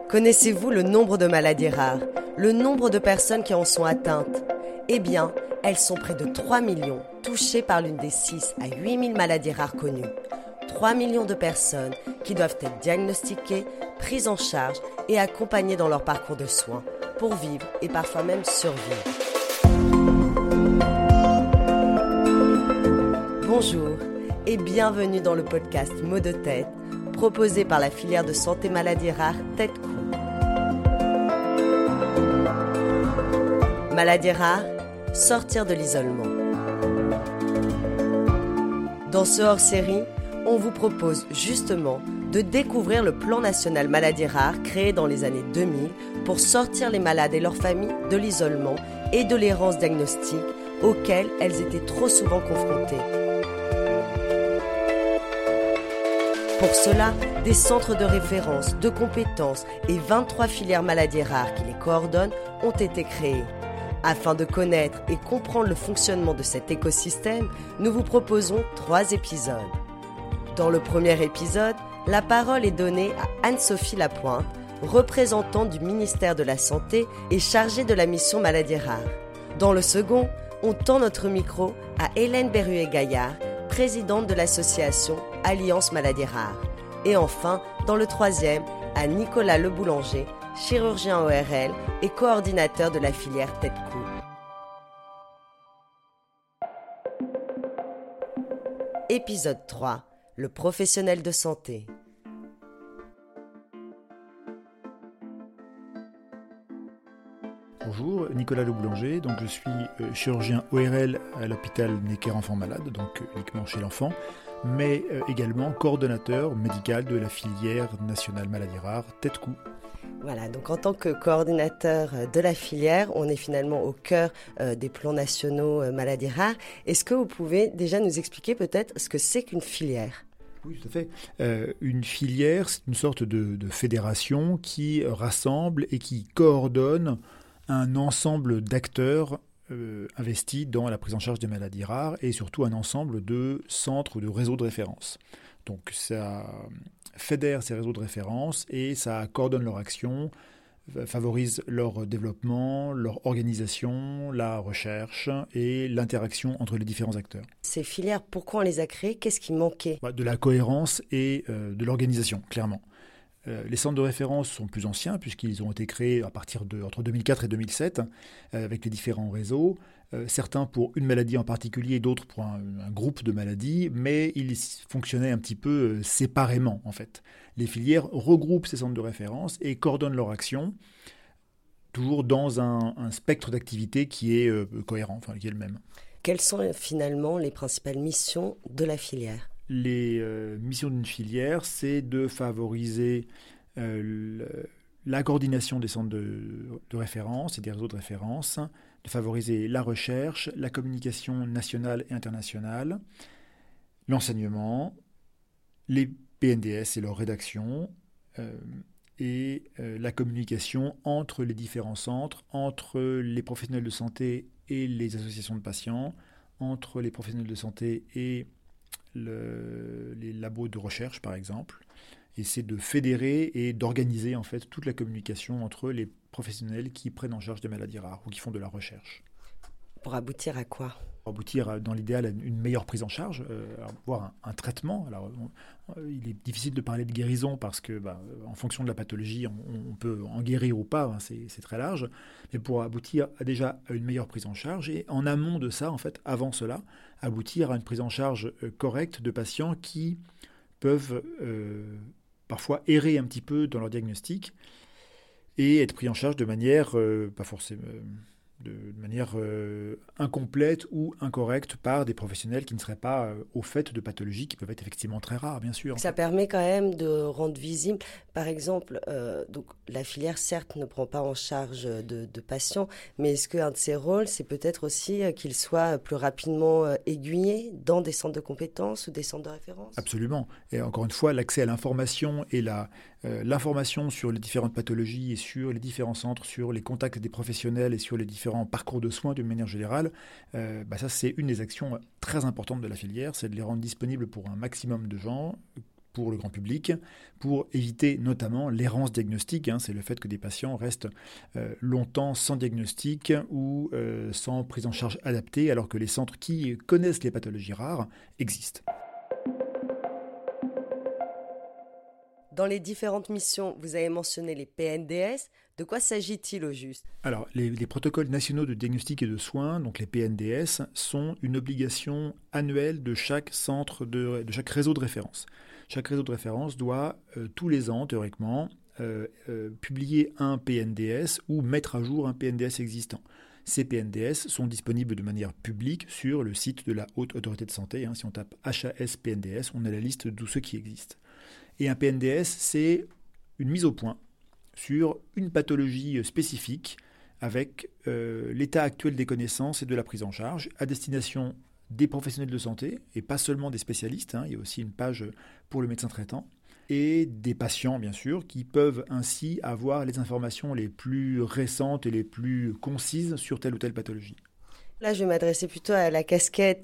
Connaissez-vous le nombre de maladies rares, le nombre de personnes qui en sont atteintes? Eh bien, elles sont près de 3 millions, touchées par l'une des 6 à 8 000 maladies rares connues. 3 millions de personnes qui doivent être diagnostiquées, prises en charge et accompagnées dans leur parcours de soins pour vivre et parfois même survivre. Bonjour et bienvenue dans le podcast Mots de tête, proposé par la filière de santé maladies rares TEDCO. Maladies rares, sortir de l'isolement. Dans ce hors-série, on vous propose justement de découvrir le plan national maladies rares créé dans les années 2000 pour sortir les malades et leurs familles de l'isolement et de l'errance diagnostique auxquelles elles étaient trop souvent confrontées. Pour cela, des centres de référence, de compétences et 23 filières maladies rares qui les coordonnent ont été créés. Afin de connaître et comprendre le fonctionnement de cet écosystème, nous vous proposons 3 épisodes. Dans le premier épisode, la parole est donnée à Anne-Sophie Lapointe, représentante du ministère de la Santé et chargée de la mission maladies rares. Dans le second, on tend notre micro à Hélène Berruet-Gaillard, présidente de l'association Alliance maladies rares. Et enfin, dans le troisième, à Nicolas Leboulanger, chirurgien ORL et coordinateur de la filière TEDCO. Épisode 3. Le professionnel de santé. Bonjour, Nicolas Leboulanger, donc je suis chirurgien ORL à l'hôpital Necker Enfants Malades, donc uniquement chez l'enfant, mais également coordonnateur médical de la filière nationale maladies rares TEDCO. Voilà, donc en tant que coordinateur de la filière, on est finalement au cœur des plans nationaux maladies rares. Est-ce que vous pouvez déjà nous expliquer peut-être ce que c'est qu'une filière ? Oui, tout à fait. Une filière, c'est une sorte de fédération qui rassemble et qui coordonne un ensemble d'acteurs investis dans la prise en charge des maladies rares et surtout un ensemble de centres ou de réseaux de référence. Donc ça fédère ces réseaux de référence et ça coordonne leur action, favorise leur développement, leur organisation, la recherche et l'interaction entre les différents acteurs. Ces filières, pourquoi on les a créées ? Qu'est-ce qui manquait ? De la cohérence et de l'organisation, clairement. Les centres de référence sont plus anciens puisqu'ils ont été créés à partir entre 2004 et 2007 avec les différents réseaux, certains pour une maladie en particulier, d'autres pour un groupe de maladies, mais ils fonctionnaient un petit peu séparément en fait. Les filières regroupent ces centres de référence et coordonnent leur action, toujours dans un spectre d'activité qui est cohérent, enfin qui est le même. Quelles sont finalement les principales missions de la filière ? Les missions d'une filière, c'est de favoriser la coordination des centres de référence et des réseaux de référence, de favoriser la recherche, la communication nationale et internationale, l'enseignement, les PNDS et leur rédaction, et la communication entre les différents centres, entre les professionnels de santé et les associations de patients, entre les professionnels de santé et les labos de recherche par exemple, et c'est de fédérer et d'organiser en fait toute la communication entre les professionnels qui prennent en charge des maladies rares ou qui font de la recherche. Pour aboutir à quoi ? Pour aboutir dans l'idéal à une meilleure prise en charge, voire un traitement. Alors, il est difficile de parler de guérison parce que en fonction de la pathologie, on peut en guérir ou pas, c'est très large. Mais pour aboutir déjà à une meilleure prise en charge et en amont de ça, en fait, avant cela, aboutir à une prise en charge correcte de patients qui peuvent parfois errer un petit peu dans leur diagnostic et être pris en charge de manière pas forcément de manière incomplète ou incorrecte par des professionnels qui ne seraient pas au fait de pathologies qui peuvent être effectivement très rares, bien sûr. Ça permet quand même de rendre visible, par exemple, donc la filière certes ne prend pas en charge de patients, mais est-ce qu'un de ses rôles, c'est peut-être aussi qu'il soit plus rapidement aiguillé dans des centres de compétences ou des centres de référence ? Absolument. Et encore une fois, l'accès à l'information et l'information sur les différentes pathologies et sur les différents centres, sur les contacts des professionnels et sur les différents parcours de soins d'une manière générale, ça c'est une des actions très importantes de la filière, c'est de les rendre disponibles pour un maximum de gens, pour le grand public, pour éviter notamment l'errance diagnostique. C'est le fait que des patients restent longtemps sans diagnostic ou sans prise en charge adaptée, alors que les centres qui connaissent les pathologies rares existent. Dans les différentes missions, vous avez mentionné les PNDS. De quoi s'agit-il au juste ? Alors, les protocoles nationaux de diagnostic et de soins, donc les PNDS, sont une obligation annuelle de chaque centre, de chaque réseau de référence. Chaque réseau de référence doit, tous les ans, théoriquement, publier un PNDS ou mettre à jour un PNDS existant. Ces PNDS sont disponibles de manière publique sur le site de la Haute Autorité de Santé. Si on tape HAS PNDS, on a la liste de tous ceux qui existent. Et un PNDS, c'est une mise au point sur une pathologie spécifique avec l'état actuel des connaissances et de la prise en charge à destination des professionnels de santé, et pas seulement des spécialistes, il y a aussi une page pour le médecin traitant, et des patients, bien sûr, qui peuvent ainsi avoir les informations les plus récentes et les plus concises sur telle ou telle pathologie. Là, je vais m'adresser plutôt à la casquette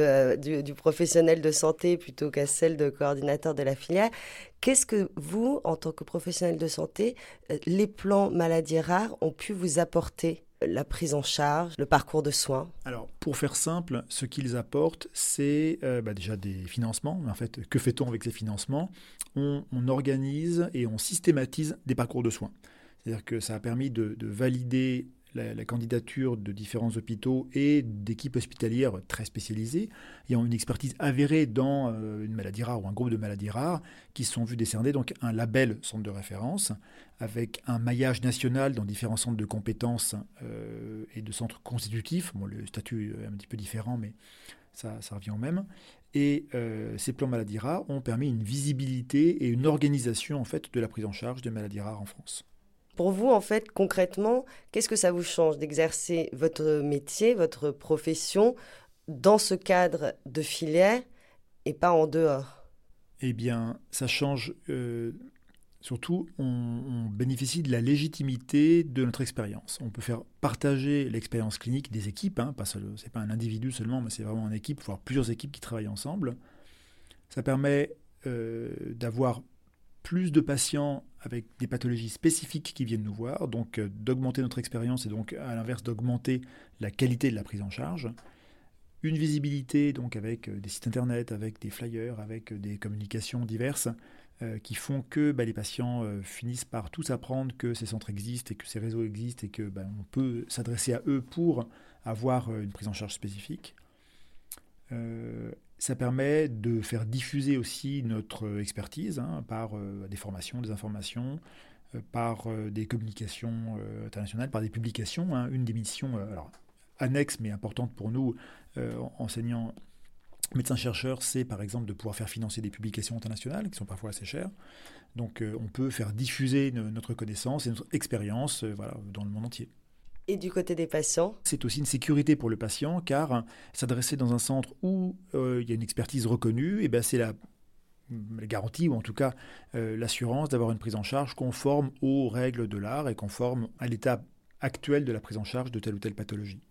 du professionnel de santé plutôt qu'à celle de coordinateur de la filière. Qu'est-ce que vous, en tant que professionnel de santé, les plans maladies rares ont pu vous apporter ? La prise en charge, le parcours de soins ? Alors, pour faire simple, ce qu'ils apportent, c'est déjà des financements. En fait, que fait-on avec ces financements ? On organise et on systématise des parcours de soins. C'est-à-dire que ça a permis de valider la candidature de différents hôpitaux et d'équipes hospitalières très spécialisées, ayant une expertise avérée dans une maladie rare ou un groupe de maladies rares, qui se sont vus décerner donc un label centre de référence, avec un maillage national dans différents centres de compétences et de centres constitutifs. Bon, le statut est un petit peu différent, mais ça revient au même. Et ces plans maladies rares ont permis une visibilité et une organisation en fait, de la prise en charge des maladies rares en France. Pour vous, en fait, concrètement, qu'est-ce que ça vous change d'exercer votre métier, votre profession, dans ce cadre de filière et pas en dehors ? Eh bien, ça change. Surtout, on bénéficie de la légitimité de notre expérience. On peut faire partager l'expérience clinique des équipes. Ce n'est pas un individu seulement, mais c'est vraiment une équipe, voire plusieurs équipes qui travaillent ensemble. Ça permet d'avoir plus de patients avec des pathologies spécifiques qui viennent nous voir, donc d'augmenter notre expérience et donc à l'inverse d'augmenter la qualité de la prise en charge. Une visibilité donc avec des sites internet, avec des flyers, avec des communications diverses qui font que les patients finissent par tous apprendre que ces centres existent et que ces réseaux existent et que on peut s'adresser à eux pour avoir une prise en charge spécifique. Ça permet de faire diffuser aussi notre expertise par des formations, des informations, par des communications internationales, par des publications. Une des missions annexes mais importante pour nous, enseignants, médecins-chercheurs, c'est par exemple de pouvoir faire financer des publications internationales qui sont parfois assez chères. Donc on peut faire diffuser notre connaissance et notre expérience dans le monde entier. Et du côté des patients ? C'est aussi une sécurité pour le patient, car s'adresser dans un centre où il y a une expertise reconnue, c'est la garantie, ou en tout cas l'assurance d'avoir une prise en charge conforme aux règles de l'art et conforme à l'état actuel de la prise en charge de telle ou telle pathologie.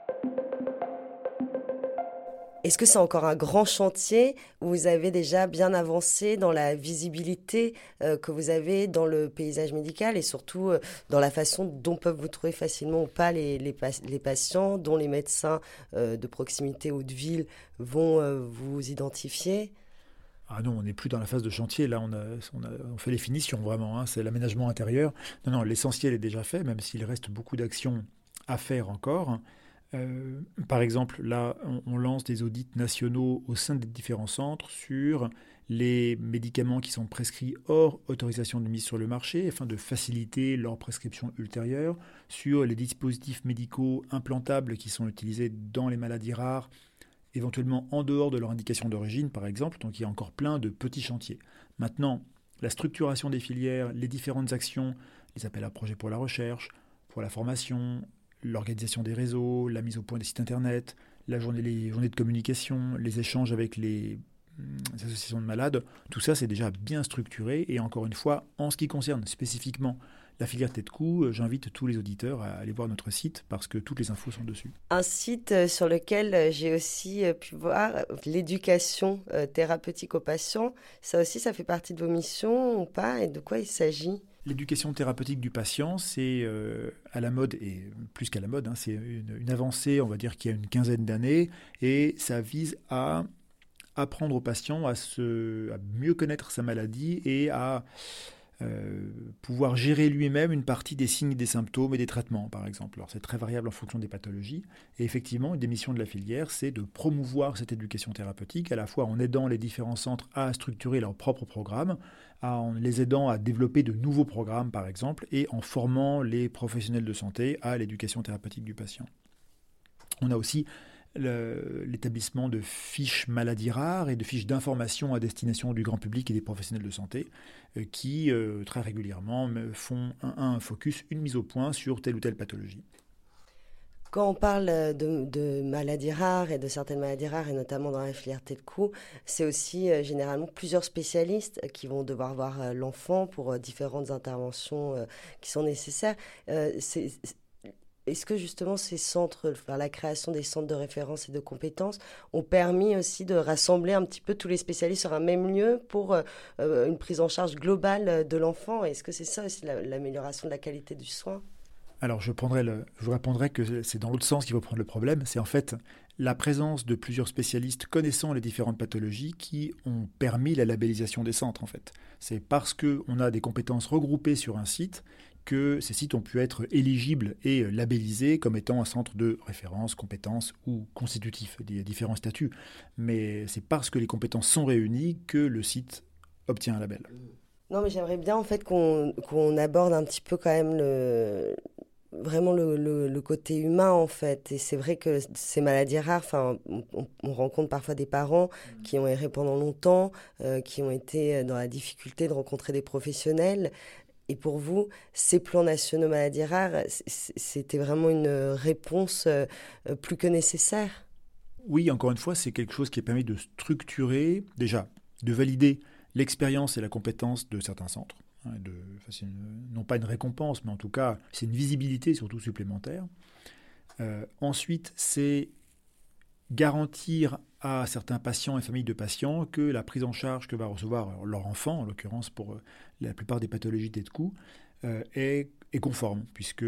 Est-ce que c'est encore un grand chantier où vous avez déjà bien avancé dans la visibilité que vous avez dans le paysage médical et surtout dans la façon dont peuvent vous trouver facilement ou pas les patients, dont les médecins de proximité ou de ville vont vous identifier ? Ah non, on n'est plus dans la phase de chantier. Là, on fait les finitions vraiment. C'est l'aménagement intérieur. Non, l'essentiel est déjà fait, même s'il reste beaucoup d'actions à faire encore. Par exemple, là, on lance des audits nationaux au sein des différents centres sur les médicaments qui sont prescrits hors autorisation de mise sur le marché afin de faciliter leur prescription ultérieure, sur les dispositifs médicaux implantables qui sont utilisés dans les maladies rares, éventuellement en dehors de leur indication d'origine, par exemple. Donc il y a encore plein de petits chantiers. Maintenant, la structuration des filières, les différentes actions, les appels à projets pour la recherche, pour la formation, l'organisation des réseaux, la mise au point des sites internet, les journées de communication, les échanges avec les associations de malades, tout ça c'est déjà bien structuré. Et encore une fois, en ce qui concerne spécifiquement la filière tête cou, j'invite tous les auditeurs à aller voir notre site parce que toutes les infos sont dessus. Un site sur lequel j'ai aussi pu voir l'éducation thérapeutique aux patients. Ça aussi, ça fait partie de vos missions ou pas? Et de quoi il s'agit? L'éducation thérapeutique du patient, c'est à la mode, et plus qu'à la mode, c'est une avancée, on va dire, qui a une quinzaine d'années, et ça vise à apprendre au patient à mieux connaître sa maladie et à pouvoir gérer lui-même une partie des signes, des symptômes et des traitements, par exemple. Alors c'est très variable en fonction des pathologies. Et effectivement, une des missions de la filière, c'est de promouvoir cette éducation thérapeutique, à la fois en aidant les différents centres à structurer leurs propres programmes, en les aidant à développer de nouveaux programmes, par exemple, et en formant les professionnels de santé à l'éducation thérapeutique du patient. On a aussi l'établissement de fiches maladies rares et de fiches d'information à destination du grand public et des professionnels de santé qui, très régulièrement, font un focus, une mise au point sur telle ou telle pathologie. Quand on parle de maladies rares et de certaines maladies rares, et notamment dans la filière tête cou, c'est aussi généralement plusieurs spécialistes qui vont devoir voir l'enfant pour différentes interventions qui sont nécessaires. Est-ce que justement ces centres, la création des centres de référence et de compétences ont permis aussi de rassembler un petit peu tous les spécialistes sur un même lieu pour une prise en charge globale de l'enfant? Est-ce que c'est ça aussi l'amélioration de la qualité du soin? Alors je vous répondrai que c'est dans l'autre sens qu'il faut prendre le problème. C'est en fait la présence de plusieurs spécialistes connaissant les différentes pathologies qui ont permis la labellisation des centres en fait. C'est parce qu'on a des compétences regroupées sur un site que ces sites ont pu être éligibles et labellisés comme étant un centre de référence, compétences ou constitutif, des différents statuts. Mais c'est parce que les compétences sont réunies que le site obtient un label. Non, mais j'aimerais bien en fait qu'on aborde un petit peu quand même vraiment le côté humain en fait. Et c'est vrai que ces maladies rares, on rencontre parfois des parents qui ont erré pendant longtemps, qui ont été dans la difficulté de rencontrer des professionnels. Et pour vous, ces plans nationaux maladies rares, c'était vraiment une réponse plus que nécessaire? Oui, encore une fois, c'est quelque chose qui a permis de structurer, déjà, de valider l'expérience et la compétence de certains centres. Non pas une récompense, mais en tout cas, c'est une visibilité surtout supplémentaire. Ensuite, c'est garantir à certains patients et familles de patients que la prise en charge que va recevoir leur enfant, en l'occurrence pour la plupart des pathologies tête cou, est conforme, puisque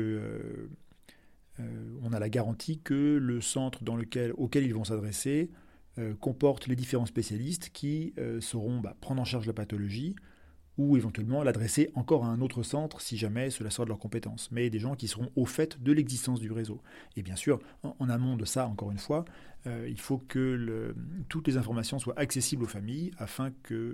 on a la garantie que le centre auquel ils vont s'adresser comporte les différents spécialistes qui sauront prendre en charge la pathologie ou éventuellement l'adresser encore à un autre centre si jamais cela sort de leurs compétences, mais des gens qui seront au fait de l'existence du réseau. Et bien sûr, en amont de ça, encore une fois, il faut que toutes les informations soient accessibles aux familles afin qu'il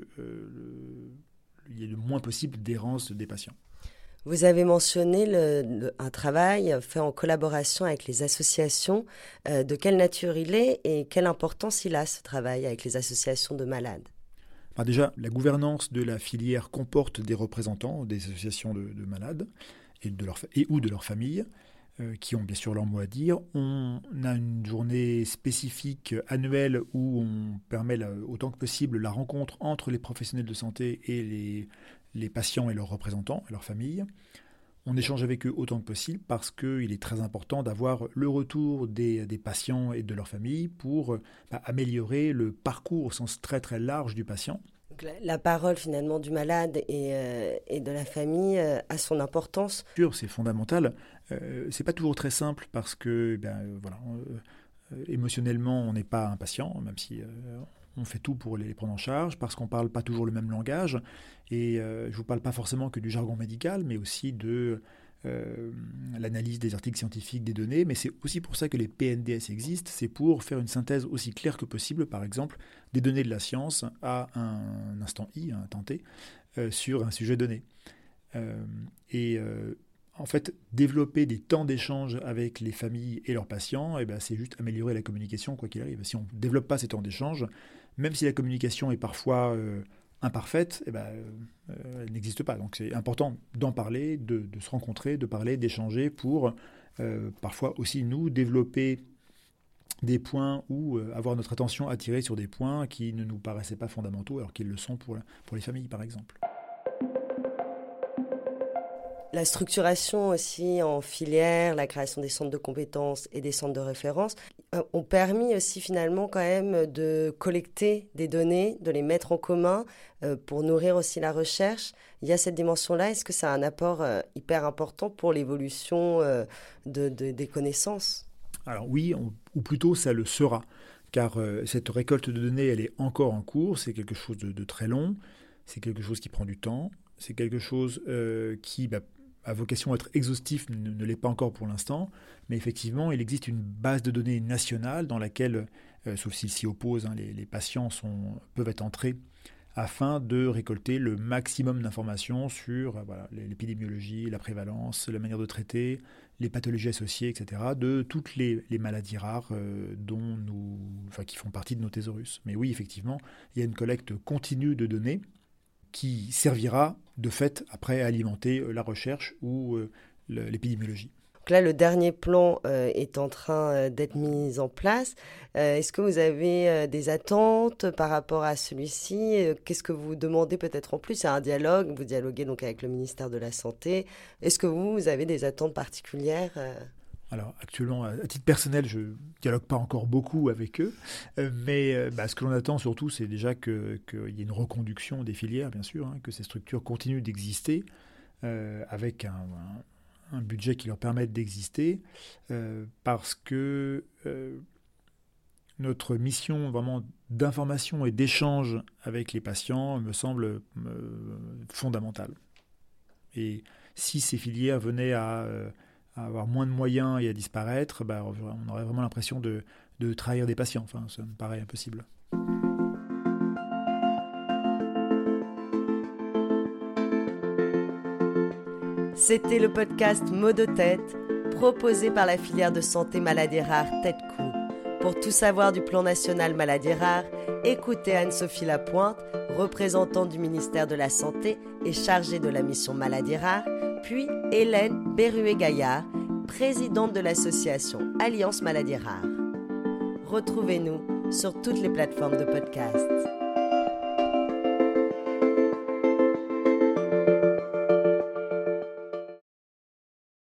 y ait le moins possible d'errance des patients. Vous avez mentionné un travail fait en collaboration avec les associations. De quelle nature il est et quelle importance il a ce travail avec les associations de malades? Déjà, la gouvernance de la filière comporte des représentants des associations de malades ou de leurs familles qui ont bien sûr leur mot à dire. On a une journée spécifique annuelle où on permet autant que possible la rencontre entre les professionnels de santé et les patients et leurs représentants et leurs familles. On échange avec eux autant que possible parce qu'il est très important d'avoir le retour des patients et de leurs familles pour améliorer le parcours au sens très très large du patient. Donc la parole finalement du malade et de la famille a son importance. C'est fondamental. C'est pas toujours très simple parce que émotionnellement on n'est pas un patient, même si on fait tout pour les prendre en charge, parce qu'on ne parle pas toujours le même langage. Et je ne vous parle pas forcément que du jargon médical, mais aussi de l'analyse des articles scientifiques, des données. Mais c'est aussi pour ça que les PNDS existent. C'est pour faire une synthèse aussi claire que possible, par exemple, des données de la science à un instant I, à un temps T, sur un sujet donné. En fait, développer des temps d'échange avec les familles et leurs patients, c'est juste améliorer la communication, quoi qu'il arrive. Si on ne développe pas ces temps d'échange, même si la communication est parfois imparfaite, elle n'existe pas. Donc c'est important d'en parler, de se rencontrer, de parler, d'échanger pour parfois aussi nous développer des points ou avoir notre attention attirée sur des points qui ne nous paraissaient pas fondamentaux alors qu'ils le sont pour les familles par exemple. La structuration aussi en filière, la création des centres de compétences et des centres de référence ont permis aussi finalement quand même de collecter des données, de les mettre en commun pour nourrir aussi la recherche. Il y a cette dimension-là. Est-ce que ça a un apport hyper important pour l'évolution des connaissances ? Alors oui, ou plutôt ça le sera, car cette récolte de données, elle est encore en cours. C'est quelque chose de très long, c'est quelque chose qui prend du temps, c'est quelque chose qui a vocation à être exhaustif, ne l'est pas encore pour l'instant, mais effectivement, il existe une base de données nationale dans laquelle, sauf s'ils s'y opposent, les patients peuvent être entrés afin de récolter le maximum d'informations sur l'épidémiologie, la prévalence, la manière de traiter, les pathologies associées, etc., de toutes les maladies rares qui font partie de nos thésaurus. Mais oui, effectivement, il y a une collecte continue de données qui servira de fait après à alimenter la recherche ou l'épidémiologie. Donc là, le dernier plan est en train d'être mis en place. Est-ce que vous avez des attentes par rapport à celui-ci ? Qu'est-ce que vous demandez peut-être en plus ? C'est un dialogue, vous dialoguez donc avec le ministère de la Santé. Est-ce que vous avez des attentes particulières ? Alors actuellement, à titre personnel, je ne dialogue pas encore beaucoup avec eux, mais ce que l'on attend surtout, c'est déjà qu'il y ait une reconduction des filières, bien sûr, que ces structures continuent d'exister avec un budget qui leur permette d'exister, parce que notre mission vraiment d'information et d'échange avec les patients me semble fondamentale. Et si ces filières venaient à avoir moins de moyens et à disparaître, on aurait vraiment l'impression de trahir des patients. Enfin, ça me paraît impossible. C'était le podcast Maux de tête, proposé par la filière de santé maladies rares Tête-Cou. Pour tout savoir du plan national maladies rares, écoutez Anne-Sophie Lapointe, représentante du ministère de la Santé et chargée de la mission maladies rares, puis Hélène Berruet-Gaillard, présidente de l'association Alliance Maladies Rares. Retrouvez-nous sur toutes les plateformes de podcast.